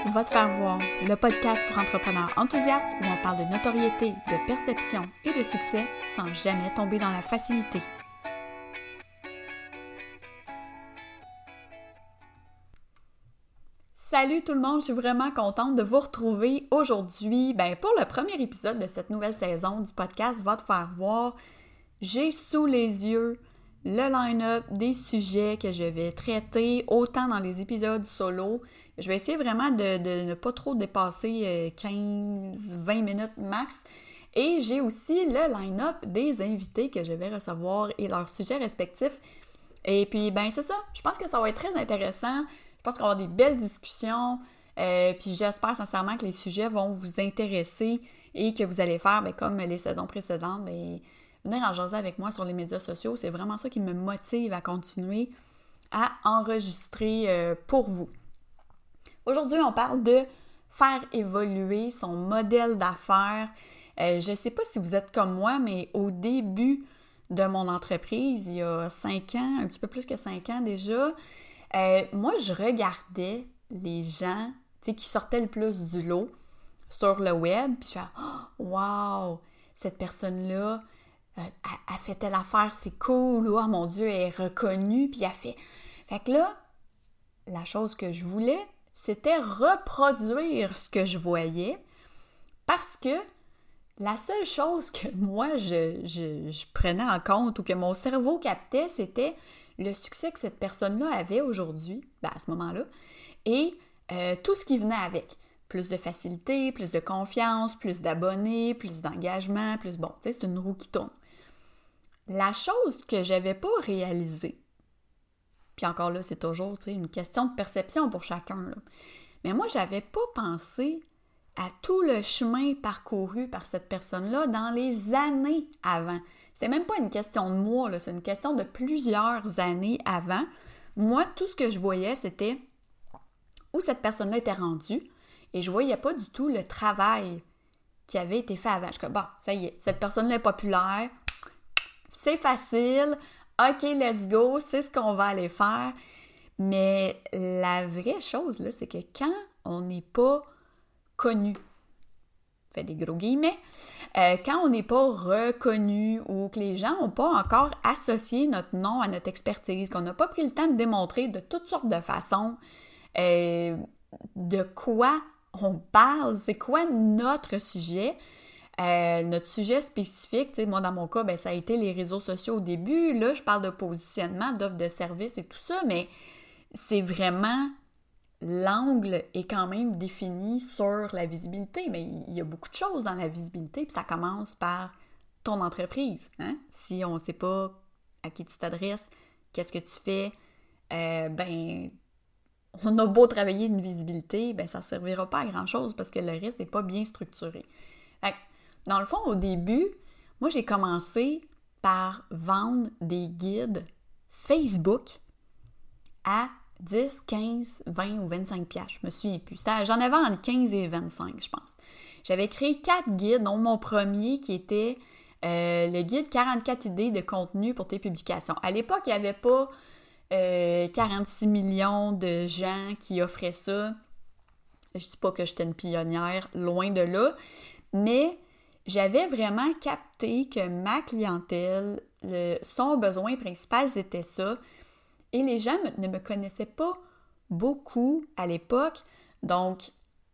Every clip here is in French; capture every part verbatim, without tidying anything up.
Va te faire voir, le podcast pour entrepreneurs enthousiastes où on parle de notoriété, de perception et de succès sans jamais tomber dans la facilité. Salut tout le monde, je suis vraiment contente de vous retrouver aujourd'hui. Ben, pour le premier épisode de cette nouvelle saison du podcast Va te faire voir, j'ai sous les yeux le line-up des sujets que je vais traiter, autant dans les épisodes solo. Je vais essayer vraiment de, de ne pas trop dépasser quinze à vingt minutes max. Et j'ai aussi le line-up des invités que je vais recevoir et leurs sujets respectifs. Et puis, ben c'est ça. Je pense que ça va être très intéressant. Je pense qu'on va avoir des belles discussions. Euh, puis j'espère sincèrement que les sujets vont vous intéresser et que vous allez faire, ben, comme les saisons précédentes, ben, venir en jaser avec moi sur les médias sociaux. C'est vraiment ça qui me motive à continuer à enregistrer euh, pour vous. Aujourd'hui, on parle de faire évoluer son modèle d'affaires. Euh, je ne sais pas si vous êtes comme moi, mais au début de mon entreprise, il y a cinq ans, un petit peu plus que cinq ans déjà, euh, moi, je regardais les gens qui sortaient le plus du lot sur le web, puis je fais « Wow! Cette personne-là, euh, elle, elle fait telle affaire, c'est cool! Oh mon Dieu, elle est reconnue! » Puis elle fait... Fait que là, la chose que je voulais, c'était reproduire ce que je voyais parce que la seule chose que moi, je, je, je prenais en compte ou que mon cerveau captait, c'était le succès que cette personne-là avait aujourd'hui, ben à ce moment-là, et euh, tout ce qui venait avec. Plus de facilité, plus de confiance, plus d'abonnés, plus d'engagement, plus bon, tu sais, c'est une roue qui tourne. La chose que j'avais pas réalisée, puis encore là, c'est toujours une question de perception pour chacun. Là. Mais moi, j'avais pas pensé à tout le chemin parcouru par cette personne-là dans les années avant. C'était même pas une question de mois, là, c'est une question de plusieurs années avant. Moi, tout ce que je voyais, c'était où cette personne-là était rendue et je voyais pas du tout le travail qui avait été fait avant. Je suis comme, bon, ça y est, cette personne-là est populaire, c'est facile, OK, let's go, c'est ce qu'on va aller faire. Mais la vraie chose, là, c'est que quand on n'est pas connu, fait des gros guillemets, euh, quand on n'est pas reconnu ou que les gens n'ont pas encore associé notre nom à notre expertise, qu'on n'a pas pris le temps de démontrer de toutes sortes de façons euh, de quoi on parle, c'est quoi notre sujet, Euh, notre sujet spécifique, tu sais, moi dans mon cas, ben, ça a été les réseaux sociaux au début. Là, je parle de positionnement, d'offres de services et tout ça, mais c'est vraiment l'angle est quand même défini sur la visibilité. Mais il y a beaucoup de choses dans la visibilité, puis ça commence par ton entreprise. Hein? Si on ne sait pas à qui tu t'adresses, qu'est-ce que tu fais, euh, ben on a beau travailler une visibilité, ben ça ne servira pas à grand-chose parce que le reste n'est pas bien structuré. Fait que, dans le fond, au début, moi, j'ai commencé par vendre des guides Facebook à dix, quinze, vingt ou vingt-cinq piastres. Je me souviens plus. C'était, j'en avais entre quinze et vingt-cinq, je pense. J'avais créé quatre guides, dont mon premier qui était euh, le guide quarante-quatre idées de contenu pour tes publications. À l'époque, il n'y avait pas euh, quarante-six millions de gens qui offraient ça. Je dis pas que j'étais une pionnière, loin de là, mais j'avais vraiment capté que ma clientèle, le, son besoin principal, c'était ça. Et les gens me, ne me connaissaient pas beaucoup à l'époque. Donc,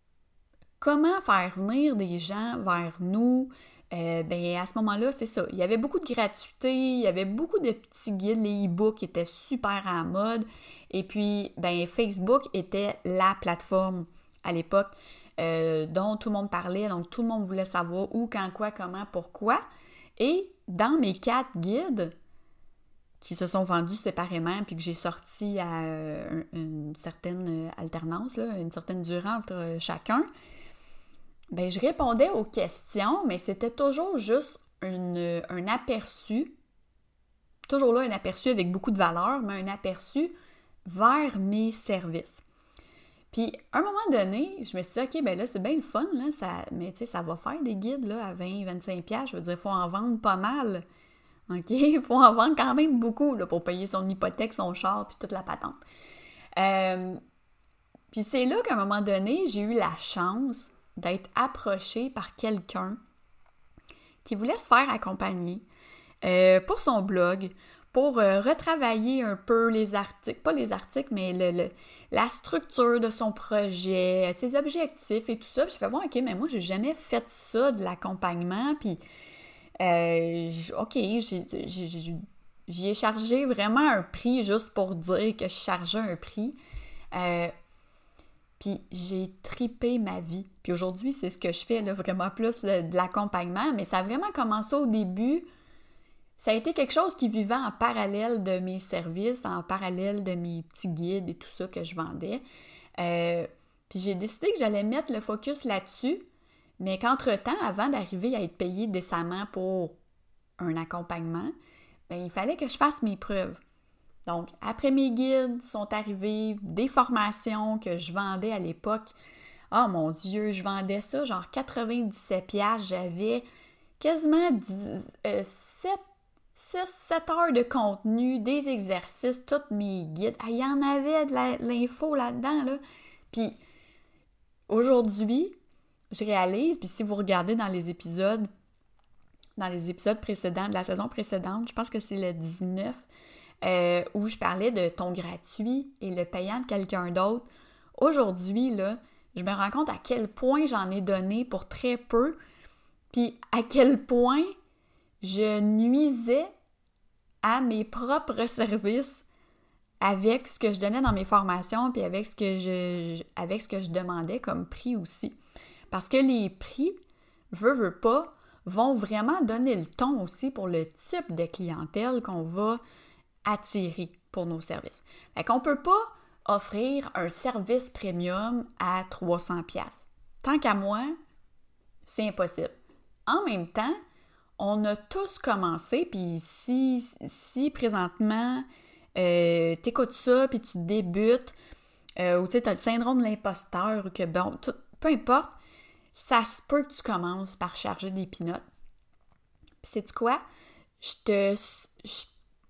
comment faire venir des gens vers nous? Euh, ben, à ce moment-là, c'est ça. Il y avait beaucoup de gratuité, il y avait beaucoup de petits guides, les e-books qui étaient super à la mode. Et puis, ben, Facebook était la plateforme à l'époque. Euh, dont tout le monde parlait, donc tout le monde voulait savoir où, quand, quoi, comment, pourquoi. Et dans mes quatre guides qui se sont vendus séparément puis que j'ai sorti à euh, une certaine alternance, là, une certaine durée entre chacun, ben je répondais aux questions, mais c'était toujours juste une, un aperçu, toujours là un aperçu avec beaucoup de valeur, mais un aperçu vers mes services. Puis, à un moment donné, je me suis dit, OK, ben là, c'est bien le fun, là, ça, mais tu sais, ça va faire des guides là, à vingt à vingt-cinq piastres. Je veux dire, il faut en vendre pas mal. OK? Il faut en vendre quand même beaucoup là, pour payer son hypothèque, son char, puis toute la patente. Euh, Puis c'est là qu'à un moment donné, j'ai eu la chance d'être approchée par quelqu'un qui voulait se faire accompagner euh, pour son blog, pour euh, retravailler un peu les articles, pas les articles, mais le, le, la structure de son projet, ses objectifs et tout ça. Puis j'ai fait, bon, OK, mais moi, j'ai jamais fait ça, de l'accompagnement. Puis, euh, OK, j'ai, j'ai, j'ai, j'y ai chargé vraiment un prix juste pour dire que je chargeais un prix. Euh, Puis j'ai tripé ma vie. Puis aujourd'hui, c'est ce que je fais, là, vraiment plus le, de l'accompagnement. Mais ça a vraiment commencé au début. Ça a été quelque chose qui vivait en parallèle de mes services, en parallèle de mes petits guides et tout ça que je vendais. Euh, puis j'ai décidé que j'allais mettre le focus là-dessus, mais qu'entre-temps, avant d'arriver à être payée décemment pour un accompagnement, bien, il fallait que je fasse mes preuves. Donc, après mes guides sont arrivés, des formations que je vendais à l'époque. Oh mon Dieu, je vendais ça genre quatre-vingt-dix-sept dollars. J'avais quasiment dix, euh, sept, six, sept heures de contenu, des exercices, tous mes guides. Ah, il y en avait de la, l'info là-dedans, là. Puis, aujourd'hui, je réalise, puis si vous regardez dans les épisodes, dans les épisodes précédents, de la saison précédente, je pense que c'est le dix-neuf, Euh, où je parlais de ton gratuit et le payant de quelqu'un d'autre. Aujourd'hui, là, je me rends compte à quel point j'en ai donné pour très peu, puis à quel point je nuisais à mes propres services avec ce que je donnais dans mes formations, puis avec ce que je, avec ce que je demandais comme prix aussi. Parce que les prix, veux, veux pas, vont vraiment donner le ton aussi pour le type de clientèle qu'on va attirer pour nos services. Fait qu'on ne peut pas offrir un service premium à trois cents dollars. Tant qu'à moi, c'est impossible. En même temps, on a tous commencé, puis si, si présentement, euh, tu écoutes ça, puis tu débutes, euh, ou tu as le syndrome de l'imposteur, ou que bon, tout, peu importe, ça se peut que tu commences par charger des pinottes. Puis sais-tu quoi? Je te... Je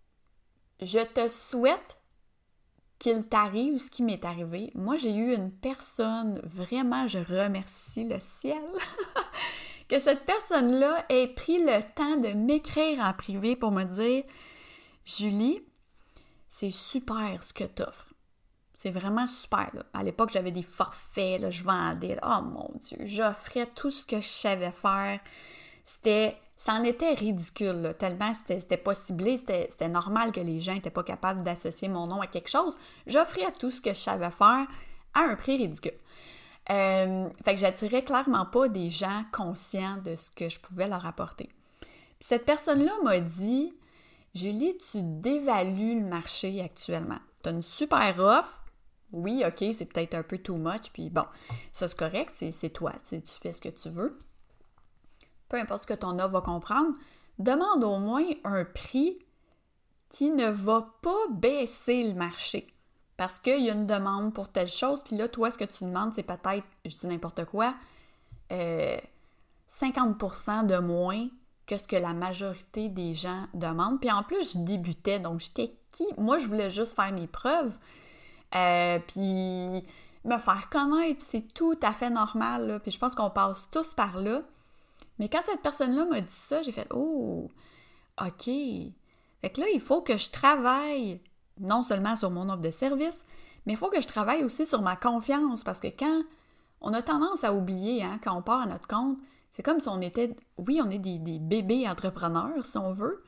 Je te souhaite qu'il t'arrive ce qui m'est arrivé. Moi, j'ai eu une personne, vraiment, je remercie le ciel, que cette personne-là ait pris le temps de m'écrire en privé pour me dire « Julie, c'est super ce que tu offres. C'est vraiment super. Là. À l'époque, j'avais des forfaits, là, je vendais. Là. Oh mon Dieu, j'offrais tout ce que je savais faire. C'était... Ça en était ridicule, là, tellement c'était, c'était pas ciblé, c'était, c'était normal que les gens n'étaient pas capables d'associer mon nom à quelque chose. J'offrais tout ce que je savais faire à un prix ridicule. Euh, fait que j'attirais clairement pas des gens conscients de ce que je pouvais leur apporter. Puis cette personne-là m'a dit « Julie, tu dévalues le marché actuellement. Tu as une super offre. Oui, OK, c'est peut-être un peu too much. Puis bon, ça c'est correct, c'est, c'est toi, tu fais ce que tu veux. » Peu importe ce que ton offre va comprendre, demande au moins un prix qui ne va pas baisser le marché. Parce qu'il y a une demande pour telle chose, puis là, toi, ce que tu demandes, c'est peut-être, je dis n'importe quoi, euh, cinquante pour cent de moins que ce que la majorité des gens demandent. Puis en plus, je débutais, donc j'étais qui? Moi, je voulais juste faire mes preuves, euh, puis me faire connaître, c'est tout à fait normal, là. Puis je pense qu'on passe tous par là. Mais quand cette personne-là m'a dit ça, j'ai fait « Oh, OK. » Fait que là, il faut que je travaille non seulement sur mon offre de service, mais il faut que je travaille aussi sur ma confiance. Parce que quand on a tendance à oublier, hein, quand on part à notre compte, c'est comme si on était... Oui, on est des, des bébés entrepreneurs, si on veut,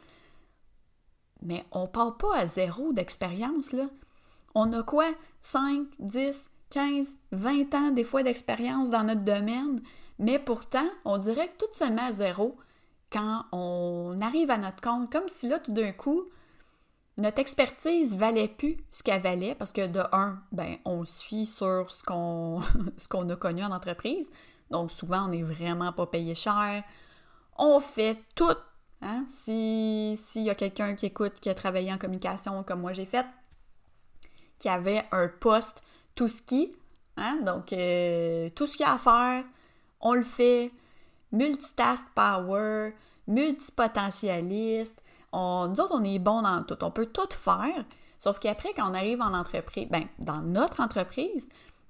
mais on part pas à zéro d'expérience, là. On a quoi? cinq, dix, quinze, vingt ans des fois d'expérience dans notre domaine. Mais pourtant, on dirait que tout se met à zéro quand on arrive à notre compte, comme si là, tout d'un coup, notre expertise valait plus ce qu'elle valait, parce que de un, ben, on se fie sur ce qu'on, ce qu'on a connu en entreprise, donc souvent, on n'est vraiment pas payé cher. On fait tout, hein? Si, s'il y a quelqu'un qui écoute, qui a travaillé en communication comme moi j'ai fait, qui avait un poste tout ski, hein? Donc euh, tout ce qu'il y a à faire, on le fait, multitask power, multipotentialiste. On, nous autres, on est bons dans tout. On peut tout faire, sauf qu'après, quand on arrive en entreprise, ben, dans notre entreprise,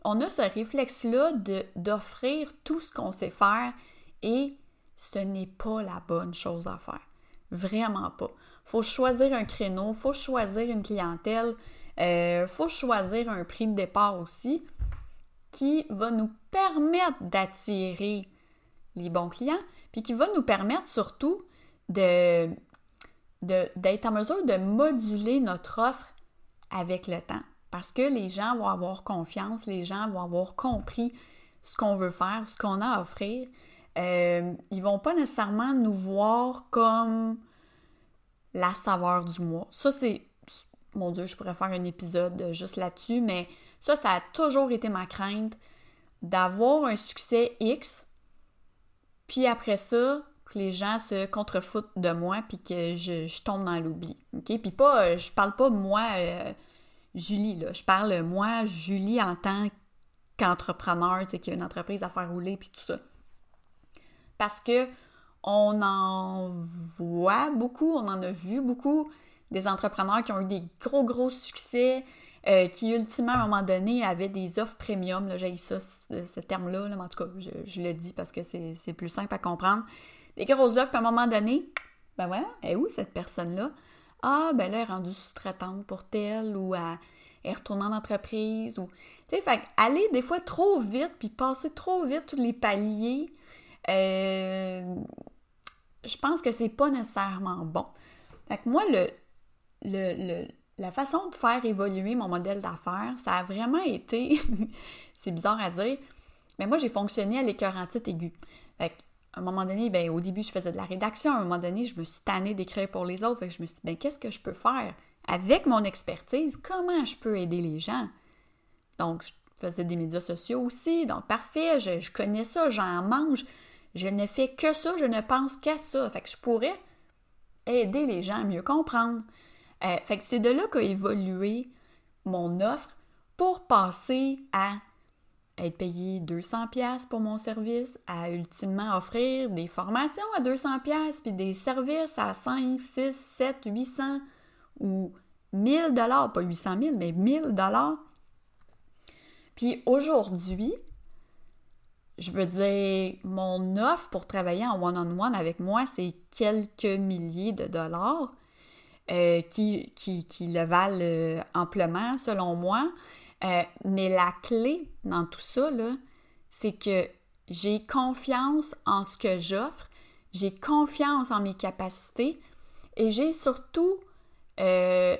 on a ce réflexe-là de, d'offrir tout ce qu'on sait faire et ce n'est pas la bonne chose à faire. Vraiment pas. Faut choisir un créneau, faut choisir une clientèle, euh, faut choisir un prix de départ aussi qui va nous permettre d'attirer les bons clients, puis qui va nous permettre surtout de, de, d'être en mesure de moduler notre offre avec le temps. Parce que les gens vont avoir confiance, les gens vont avoir compris ce qu'on veut faire, ce qu'on a à offrir. Euh, ils ne vont pas nécessairement nous voir comme la saveur du mois. Ça, c'est... Mon Dieu, je pourrais faire un épisode juste là-dessus, mais ça, ça a toujours été ma crainte d'avoir un succès X, puis après ça, que les gens se contrefoutent de moi, puis que je, je tombe dans l'oubli. OK? Puis pas, je parle pas de moi, euh, Julie, là. Je parle, moi, Julie, en tant qu'entrepreneur, tu sais, qui a une entreprise à faire rouler, puis tout ça. Parce que on en voit beaucoup, on en a vu beaucoup, des entrepreneurs qui ont eu des gros, gros succès, euh, qui, ultimement, à un moment donné, avaient des offres premium. Là, j'ai ça, ce, ce terme-là, là, mais en tout cas, je, je le dis parce que c'est, c'est plus simple à comprendre. Des grosses offres, puis à un moment donné, ben voilà, elle est où cette personne-là? Ah, ben là, elle est rendue sous-traitante pour telle, ou elle est retournée en entreprise, ou... Tu sais, fait aller des fois trop vite, puis passer trop vite tous les paliers, euh, je pense que c'est pas nécessairement bon. Fait que moi, le... Le, le, la façon de faire évoluer mon modèle d'affaires, ça a vraiment été, c'est bizarre à dire, mais moi, j'ai fonctionné à l'écœurantite aiguë. Fait qu'à un moment donné, ben, au début, je faisais de la rédaction. À un moment donné, je me suis tannée d'écrire pour les autres. Fait que je me suis dit, ben, qu'est-ce que je peux faire? Avec mon expertise, comment je peux aider les gens? Donc, je faisais des médias sociaux aussi. Donc, parfait, je, je connais ça, j'en mange. Je ne fais que ça, je ne pense qu'à ça. Fait que je pourrais aider les gens à mieux comprendre. Euh, fait que c'est de là qu'a évolué mon offre pour passer à être payé deux cents dollars pour mon service, à ultimement offrir des formations à deux cents dollars puis des services à cinq, six, sept, huit cents ou mille dollars, pas huit cent mille, mais mille dollars. Puis aujourd'hui, je veux dire, mon offre pour travailler en one-on-one avec moi, c'est quelques milliers de dollars. Euh, qui, qui, qui le valent euh, amplement, selon moi. Euh, mais la clé dans tout ça, là, c'est que j'ai confiance en ce que j'offre, j'ai confiance en mes capacités et j'ai surtout euh,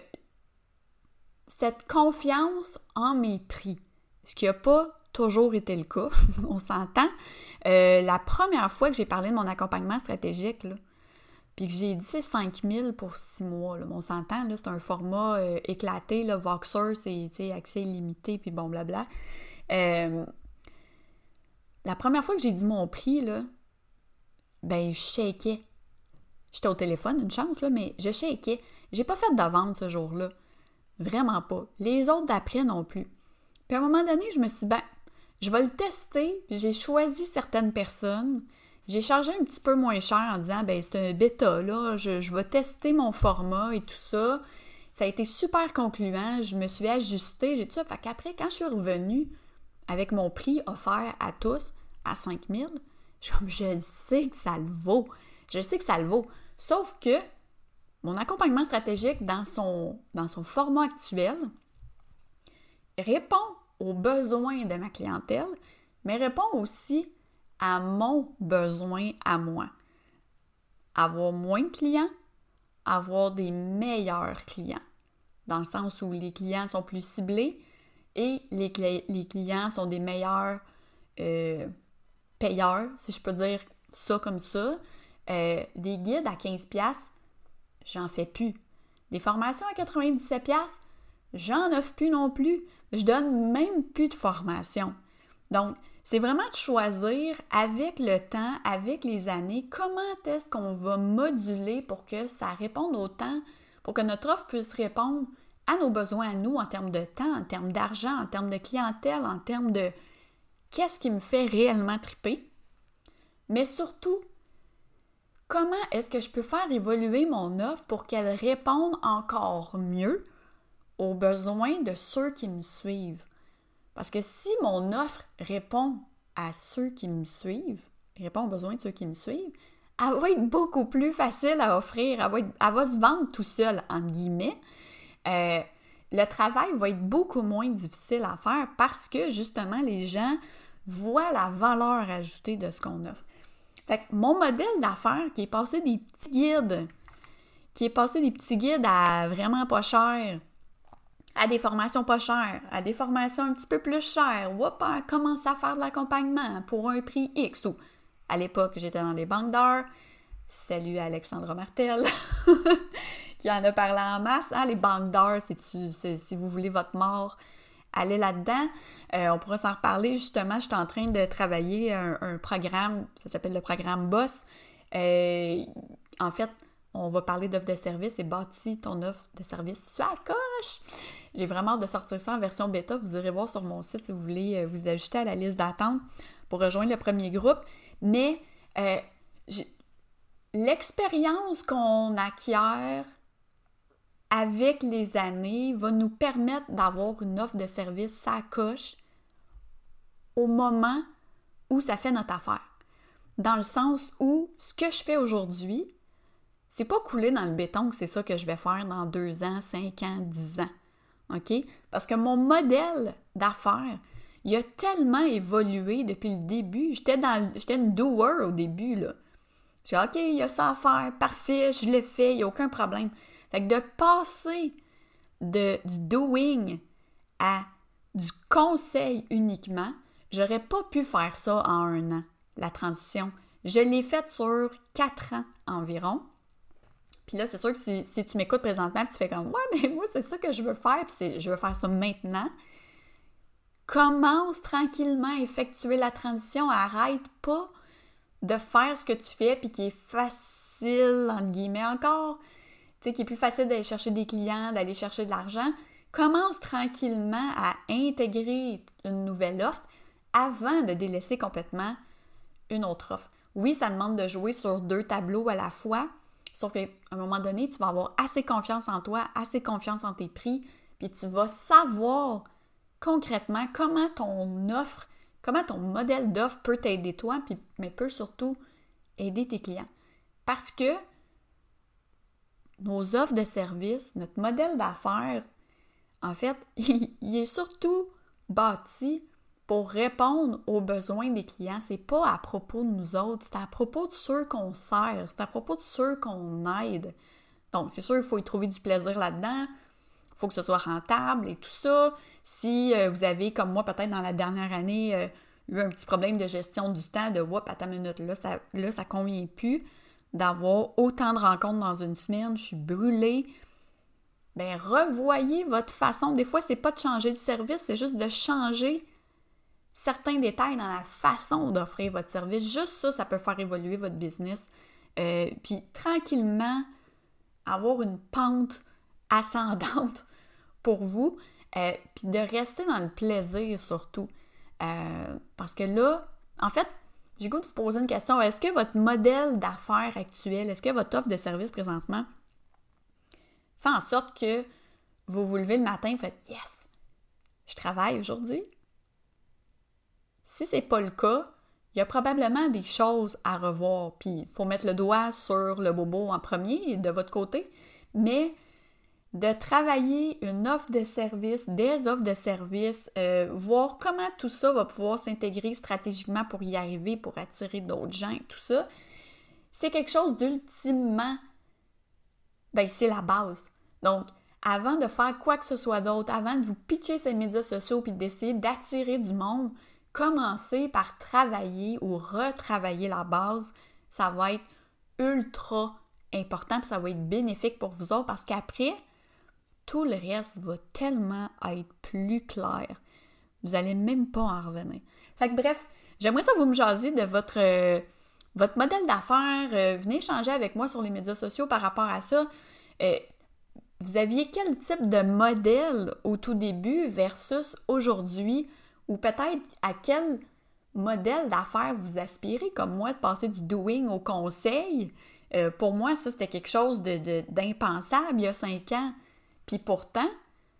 cette confiance en mes prix, ce qui n'a pas toujours été le cas, on s'entend. Euh, la première fois que j'ai parlé de mon accompagnement stratégique, là, puis que j'ai dit c'est cinq mille pour six mois. Là. On s'entend, là, c'est un format euh, éclaté. Là, Voxer, c'est accès illimité, puis bon, blabla. Euh, la première fois que j'ai dit mon prix, là, ben, je shakeais. J'étais au téléphone, une chance, là, mais je shakeais. J'ai pas fait de vente ce jour-là. Vraiment pas. Les autres d'après non plus. Puis à un moment donné, je me suis dit, ben, je vais le tester. Puis j'ai choisi certaines personnes. J'ai chargé un petit peu moins cher en disant, ben c'est un bêta, là, je, je vais tester mon format et tout ça. Ça a été super concluant, je me suis ajustée, j'ai tout ça. Fait qu'après, quand je suis revenue avec mon prix offert à tous, à cinq mille, je, je sais que ça le vaut. Je sais que ça le vaut. Sauf que mon accompagnement stratégique dans son, dans son format actuel répond aux besoins de ma clientèle, mais répond aussi à mon besoin à moi. Avoir moins de clients, avoir des meilleurs clients. Dans le sens où les clients sont plus ciblés et les, cl- les clients sont des meilleurs euh, payeurs, si je peux dire ça comme ça. Euh, des guides à quinze dollars, j'en fais plus. Des formations à quatre-vingt-dix-sept dollars, j'en offre plus non plus. Je donne même plus de formation. Donc, c'est vraiment de choisir avec le temps, avec les années, comment est-ce qu'on va moduler pour que ça réponde au temps, pour que notre offre puisse répondre à nos besoins à nous en termes de temps, en termes d'argent, en termes de clientèle, en termes de qu'est-ce qui me fait réellement triper. Mais surtout, comment est-ce que je peux faire évoluer mon offre pour qu'elle réponde encore mieux aux besoins de ceux qui me suivent. Parce que si mon offre répond à ceux qui me suivent, répond aux besoins de ceux qui me suivent, elle va être beaucoup plus facile à offrir. Elle va, être, elle va se vendre tout seul, entre guillemets. Euh, le travail va être beaucoup moins difficile à faire parce que, justement, les gens voient la valeur ajoutée de ce qu'on offre. Fait que mon modèle d'affaires qui est passé des petits guides, qui est passé des petits guides à vraiment pas cher, à des formations pas chères, à des formations un petit peu plus chères, ou à commencer à faire de l'accompagnement pour un prix X. Ou à l'époque, j'étais dans des banques d'heures. Salut Alexandra Martel, qui en a parlé en masse. Hein, les banques d'heures, c'est, c'est, si vous voulez votre mort, allez là-dedans. Euh, on pourra s'en reparler. Justement, je suis en train de travailler un, un programme, ça s'appelle le programme BOSS. Euh, en fait, on va parler d'offre de service et bâtis ton offre de service sur la coche. J'ai vraiment hâte de sortir ça en version bêta. Vous irez voir sur mon site si vous voulez vous ajouter à la liste d'attente pour rejoindre le premier groupe. Mais euh, j'ai... l'expérience qu'on acquiert avec les années va nous permettre d'avoir une offre de service sur la coche au moment où ça fait notre affaire. Dans le sens où ce que je fais aujourd'hui, c'est pas couler dans le béton que c'est ça que je vais faire dans deux ans, cinq ans, dix ans. OK? Parce que mon modèle d'affaires, il a tellement évolué depuis le début. J'étais, dans, j'étais une doer au début, là. J'ai dit, OK, il y a ça à faire, parfait, je l'ai fait, il n'y a aucun problème. Fait que de passer de, du doing à du conseil uniquement, j'aurais pas pu faire ça en un an, la transition. Je l'ai faite sur quatre ans environ. Puis là, c'est sûr que si, si tu m'écoutes présentement, tu fais comme « Ouais, mais moi, c'est ça que je veux faire, puis c'est, je veux faire ça maintenant. » Commence tranquillement à effectuer la transition. Arrête pas de faire ce que tu fais, puis qui est facile, entre guillemets, encore, tu sais, qui est plus facile d'aller chercher des clients, d'aller chercher de l'argent. Commence tranquillement à intégrer une nouvelle offre avant de délaisser complètement une autre offre. Oui, ça demande de jouer sur deux tableaux à la fois, sauf qu'à un moment donné, tu vas avoir assez confiance en toi, assez confiance en tes prix, puis tu vas savoir concrètement comment ton offre, comment ton modèle d'offre peut t'aider toi, puis, mais peut surtout aider tes clients. Parce que nos offres de service, notre modèle d'affaires, en fait, il, il est surtout bâti pour répondre aux besoins des clients. C'est pas à propos de nous autres, c'est à propos de ceux qu'on sert, c'est à propos de ceux qu'on aide. Donc, c'est sûr, il faut y trouver du plaisir là-dedans, il faut que ce soit rentable et tout ça. Si euh, vous avez, comme moi, peut-être dans la dernière année, euh, eu un petit problème de gestion du temps, de « Whoop, attends une minute, là, ça là, ça convient plus d'avoir autant de rencontres dans une semaine, je suis brûlée. » Bien, revoyez votre façon. Des fois, c'est pas de changer de service, c'est juste de changer certains détails dans la façon d'offrir votre service. Juste ça, ça peut faire évoluer votre business. Euh, puis tranquillement, avoir une pente ascendante pour vous. Euh, puis de rester dans le plaisir surtout. Euh, parce que là, en fait, j'ai goût de vous poser une question. Est-ce que votre modèle d'affaires actuel, est-ce que votre offre de service présentement fait en sorte que vous vous levez le matin et faites « Yes! Je travaille aujourd'hui! » Si c'est pas le cas, il y a probablement des choses à revoir. Puis il faut mettre le doigt sur le bobo en premier de votre côté, mais de travailler une offre de service, des offres de service, euh, voir comment tout ça va pouvoir s'intégrer stratégiquement pour y arriver, pour attirer d'autres gens et tout ça, c'est quelque chose d'ultimement, ben c'est la base. Donc, avant de faire quoi que ce soit d'autre, avant de vous pitcher ces médias sociaux puis d'essayer d'attirer du monde, commencez par travailler ou retravailler la base. Ça va être ultra important puis ça va être bénéfique pour vous autres parce qu'après, tout le reste va tellement être plus clair. Vous n'allez même pas en revenir. Fait que bref, j'aimerais ça vous me jaser de votre, euh, votre modèle d'affaires. Euh, venez échanger avec moi sur les médias sociaux par rapport à ça. Euh, vous aviez quel type de modèle au tout début versus aujourd'hui? Ou peut-être à quel modèle d'affaires vous aspirez, comme moi, de passer du doing au conseil? Euh, pour moi, ça, c'était quelque chose de, de, d'impensable il y a cinq ans. Puis pourtant,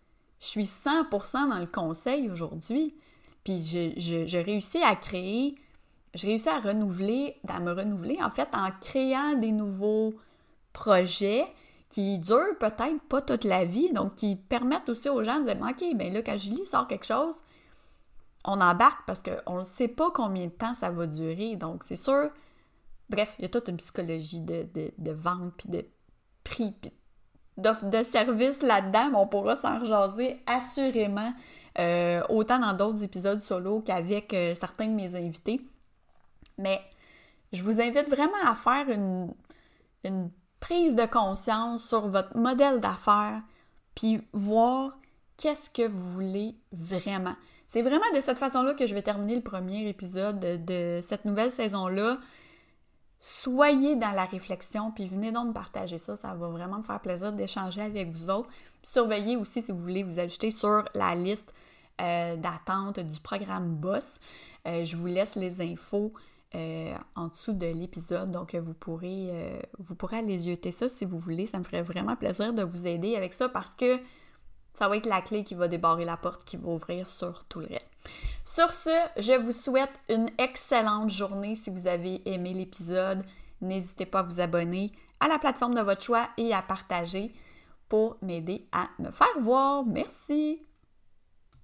je suis cent pour cent dans le conseil aujourd'hui. Puis j'ai je, je réussi à créer, j'ai réussi à renouveler, à me renouveler en fait en créant des nouveaux projets qui durent peut-être pas toute la vie, donc qui permettent aussi aux gens de dire « Ok, bien là, quand Julie sort quelque chose, on embarque parce qu'on ne sait pas combien de temps ça va durer. » Donc c'est sûr, bref, il y a toute une psychologie de, de, de vente, puis de prix, puis d'offre de service là-dedans, mais on pourra s'en rejaser assurément, euh, autant dans d'autres épisodes solo qu'avec euh, certains de mes invités. Mais je vous invite vraiment à faire une, une prise de conscience sur votre modèle d'affaires, puis voir qu'est-ce que vous voulez vraiment. C'est vraiment de cette façon-là que je vais terminer le premier épisode de, de cette nouvelle saison-là. Soyez dans la réflexion, puis venez donc me partager ça. Ça va vraiment me faire plaisir d'échanger avec vous autres. Surveillez aussi si vous voulez vous ajouter sur la liste euh, d'attente du programme Boss. Euh, je vous laisse les infos Euh, en dessous de l'épisode, donc vous pourrez, euh, vous pourrez aller zioter ça si vous voulez. Ça me ferait vraiment plaisir de vous aider avec ça parce que ça va être la clé qui va débarrer la porte, qui va ouvrir sur tout le reste. Sur ce, je vous souhaite une excellente journée. Si vous avez aimé l'épisode, n'hésitez pas à vous abonner à la plateforme de votre choix et à partager pour m'aider à me faire voir. Merci!